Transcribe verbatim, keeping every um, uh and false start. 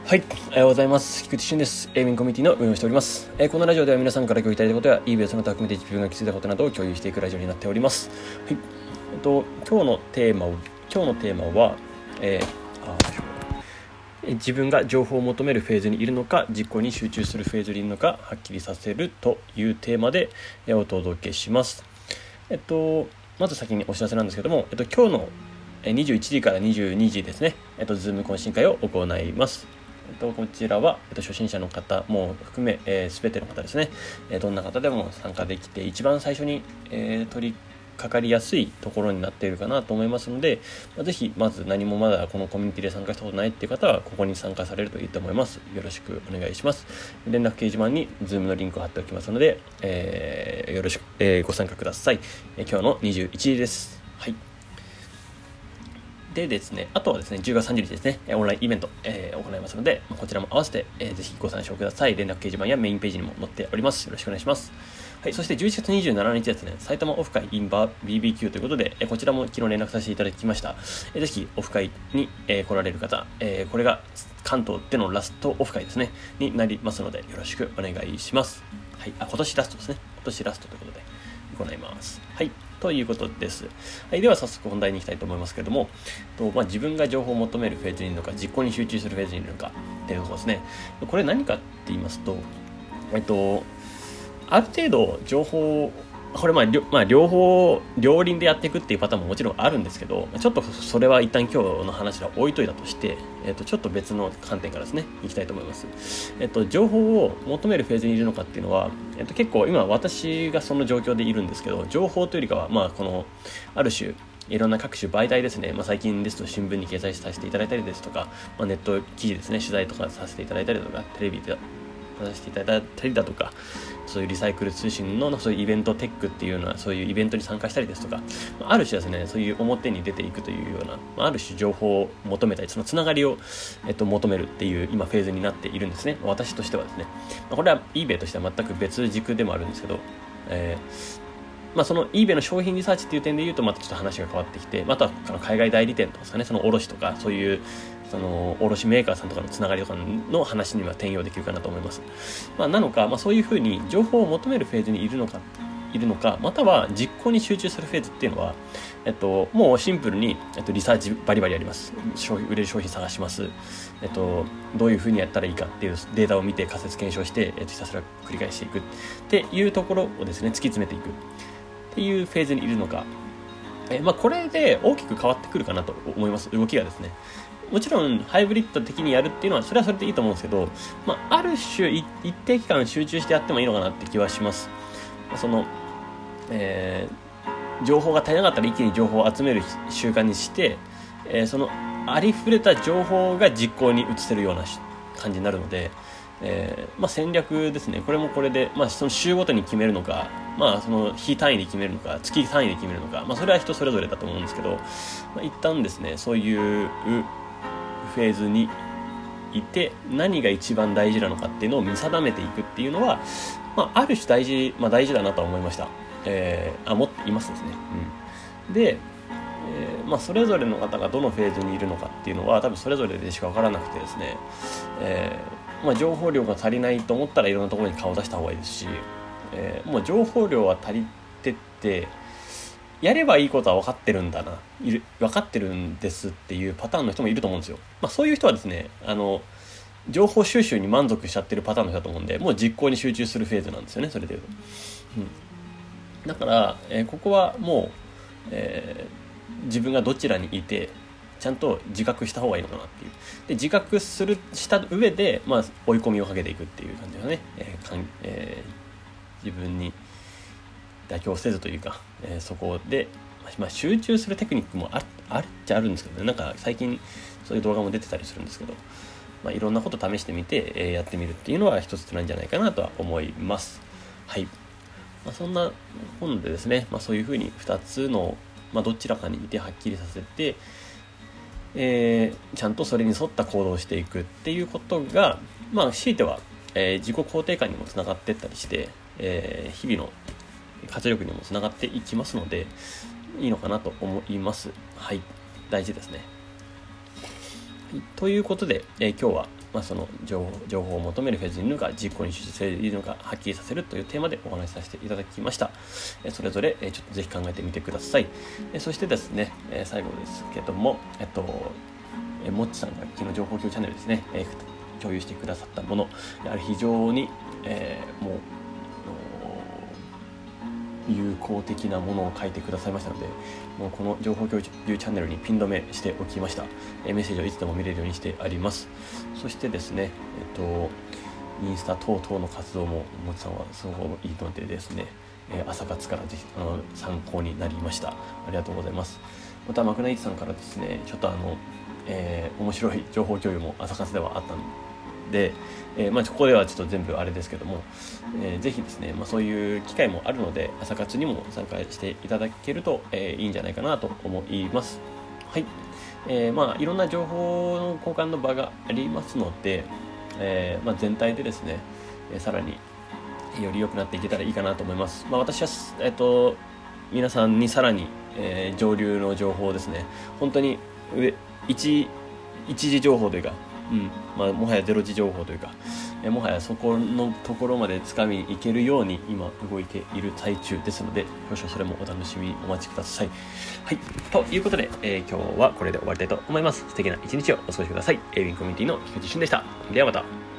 はい、おはようございます。菊池俊です。エイミンコミュニティの運営をしております。えー、このラジオでは皆さんから共有いただいたことや eBay その他含めて自分が気づいたことなどを共有していくラジオになっております。はい、えっと今日のテーマを今日のテーマは、えー、あ自分が情報を求めるフェーズにいるのか、実行に集中するフェーズにいるのかはっきりさせるというテーマでお届けします。えっとまず先にお知らせなんですけども、えっと今日のにじゅういちじからにじゅうにじですね、えっと Zoom 懇親会を行います。えっと、こちらは、えっと、初心者の方も含め、えー、全ての方ですね、えー、どんな方でも参加できて一番最初に、えー、取り掛かりやすいところになっているかなと思いますので、まあ、ぜひまず何もまだこのコミュニティで参加したことないっていう方はここに参加されるといいと思います。よろしくお願いします。連絡掲示板に Zoom のリンクを貼っておきますので、えー、よろしく、えー、ご参加ください。えー、今日のにじゅういちじです。はい。でですね、あとはですね、じゅうがつさんじゅうにちですね、オンラインイベント、えー、行いますので、こちらも合わせて、えー、ぜひご参照ください。連絡掲示板やメインページにも載っております。よろしくお願いします。はい、そしてじゅういちがつにじゅうしちにちですね、埼玉オフ会 in バー ビービーキュー ということで、えー、こちらも昨日連絡させていただきました。えー、ぜひオフ会に、えー、来られる方、えー、これが関東でのラストオフ会ですね、になりますので、よろしくお願いします。はい、あ、今年ラストですね。今年ラストということで行います。はい。ということです。はい、では早速本題に行きたいと思いますけれども、とまあ、自分が情報を求めるフェーズにいるのか、実行に集中するフェーズにいるのかっていうところですね。これ何かって言いますと、えっと、ある程度情報これまあ、まあ、両方両輪でやっていくっていうパターンももちろんあるんですけど、ちょっとそれは一旦今日の話は置いといたとして、えっと、ちょっと別の観点からですねいきたいと思います。えっと、情報を求めるフェーズにいるのかっていうのは、えっと、結構今私がその状況でいるんですけど、情報というよりかはまあこのある種いろんな各種媒体ですね、まあ、最近ですと新聞に掲載させていただいたりですとか、まあ、ネット記事ですね、取材とかさせていただいたりとか、テレビでさせていただいたりだとか、そういうリサイクル通信のそういうイベントテックっていうのはそういうイベントに参加したりですとか、ある種ですね、そういう表に出ていくというような、ある種情報を求めたり、そのつながりを、えっと、求めるっていう今フェーズになっているんですね。私としてはですね、これは eBay としては全く別軸でもあるんですけど、えーまあ、その eBay の商品リサーチっていう点で言うとまたちょっと話が変わってきて、また海外代理店とかですかね、その卸とかそういうその卸メーカーさんとかのつながりとかの話には転用できるかなと思います。まあ、なのか、まあ、そういうふうに情報を求めるフェーズにいるのかいるのか、または実行に集中するフェーズっていうのは、えっと、もうシンプルに、えっと、リサーチバリバリやります。商品売れる商品探します。えっと、どういうふうにやったらいいかっていうデータを見て仮説検証して、えっと、ひたすら繰り返していくっていうところをですね突き詰めていくっていうフェーズにいるのか、えまあ、これで大きく変わってくるかなと思います。動きがですね、もちろんハイブリッド的にやるっていうのはそれはそれでいいと思うんですけど、まあ、ある種一定期間集中してやってもいいのかなって気はします。その、えー、情報が足りなかったら一気に情報を集める習慣にして、えー、そのありふれた情報が実行に移せるような感じになるので、えーまあ、戦略ですね。これもこれで、まあ、その週ごとに決めるのか、まあ、その日単位で決めるのか、月単位で決めるのか、まあ、それは人それぞれだと思うんですけど、まあ、一旦ですねそういうフェーズにいて何が一番大事なのかっていうのを見定めていくっていうのは、まあ、ある種大事、まあ、大事だなとは思いました。えー、あもっといますですね、うん、で、えーまあ、それぞれの方がどのフェーズにいるのかっていうのは多分それぞれでしか分からなくてですね、えーまあ、情報量が足りないと思ったらいろんなところに顔を出した方がいいですし、えー、もう情報量は足りてってやればいいことは分かってるんだないる分かってるんですっていうパターンの人もいると思うんですよ。まあ、そういう人はですね、あの情報収集に満足しちゃってるパターンの人だと思うんで、もう実行に集中するフェーズなんですよね、それでいうと、うん、だから、えー、ここはもう、えー、自分がどちらにいてちゃんと自覚した方がいいのかなっていう。で自覚するした上で、まあ、追い込みをかけていくっていう感じがね、えーかんえー、自分に妥協せずというか、えー、そこで、まあ、集中するテクニックもある、あるっちゃあるんですけどね、なんか最近そういう動画も出てたりするんですけど、まあ、いろんなこと試してみて、えー、やってみるっていうのは一つなんじゃないかなとは思います。はい。まあ、そんな本でですね、まあ、そういうふうにふたつの、まあ、どちらかにいてはっきりさせて、えー、ちゃんとそれに沿った行動をしていくっていうことが、まあ、強いては、えー、自己肯定感にもつながっていったりして、えー、日々の活力にもつながっていきますのでいいのかなと思います。はい、大事ですね。はい、ということで、えー、今日はまあ、その情報、情報を求めるフェーズにいるのか、実行に集中しているのか、はっきりさせるというテーマでお話しさせていただきました。えそれぞれちょっとぜひ考えてみてください。えそしてですね、え最後ですけども、えっと、えもっちさんが昨日情報共有チャンネルですね、え共有してくださったもの、やはり非常に、えー、もう有効的なものを書いてくださいましたので、もうこの情報共有チャンネルにピン止めしておきました。えメッセージをいつでも見れるようにしてあります。そしてですね、えっとインスタ等々の活動ももちさんはすごくいいのでですね、え朝活からぜひあの参考になりました。ありがとうございます。またマクナイツさんからですね、ちょっとあの、えー、面白い情報共有も朝活ではあったんで、えーまあ、ここではちょっと全部あれですけども、えー、ぜひですね、まあ、そういう機会もあるので朝活にも参加していただけると、えー、いいんじゃないかなと思います。はい、えー、まあいろんな情報の交換の場がありますので、えーまあ、全体でですね、えー、さらにより良くなっていけたらいいかなと思います。まあ、私は、えー、と皆さんにさらに、えー、上流の情報をですね、本当に上一一時情報というか、うんまあ、もはやゼロ時情報というか、えもはやそこのところまで掴みに行けるように今動いている最中ですので、少々それもお楽しみにお待ちください。はい、ということで、えー、今日はこれで終わりたいと思います。素敵な一日をお過ごしください。エイビンコミュニティの菊池俊でした。ではまた。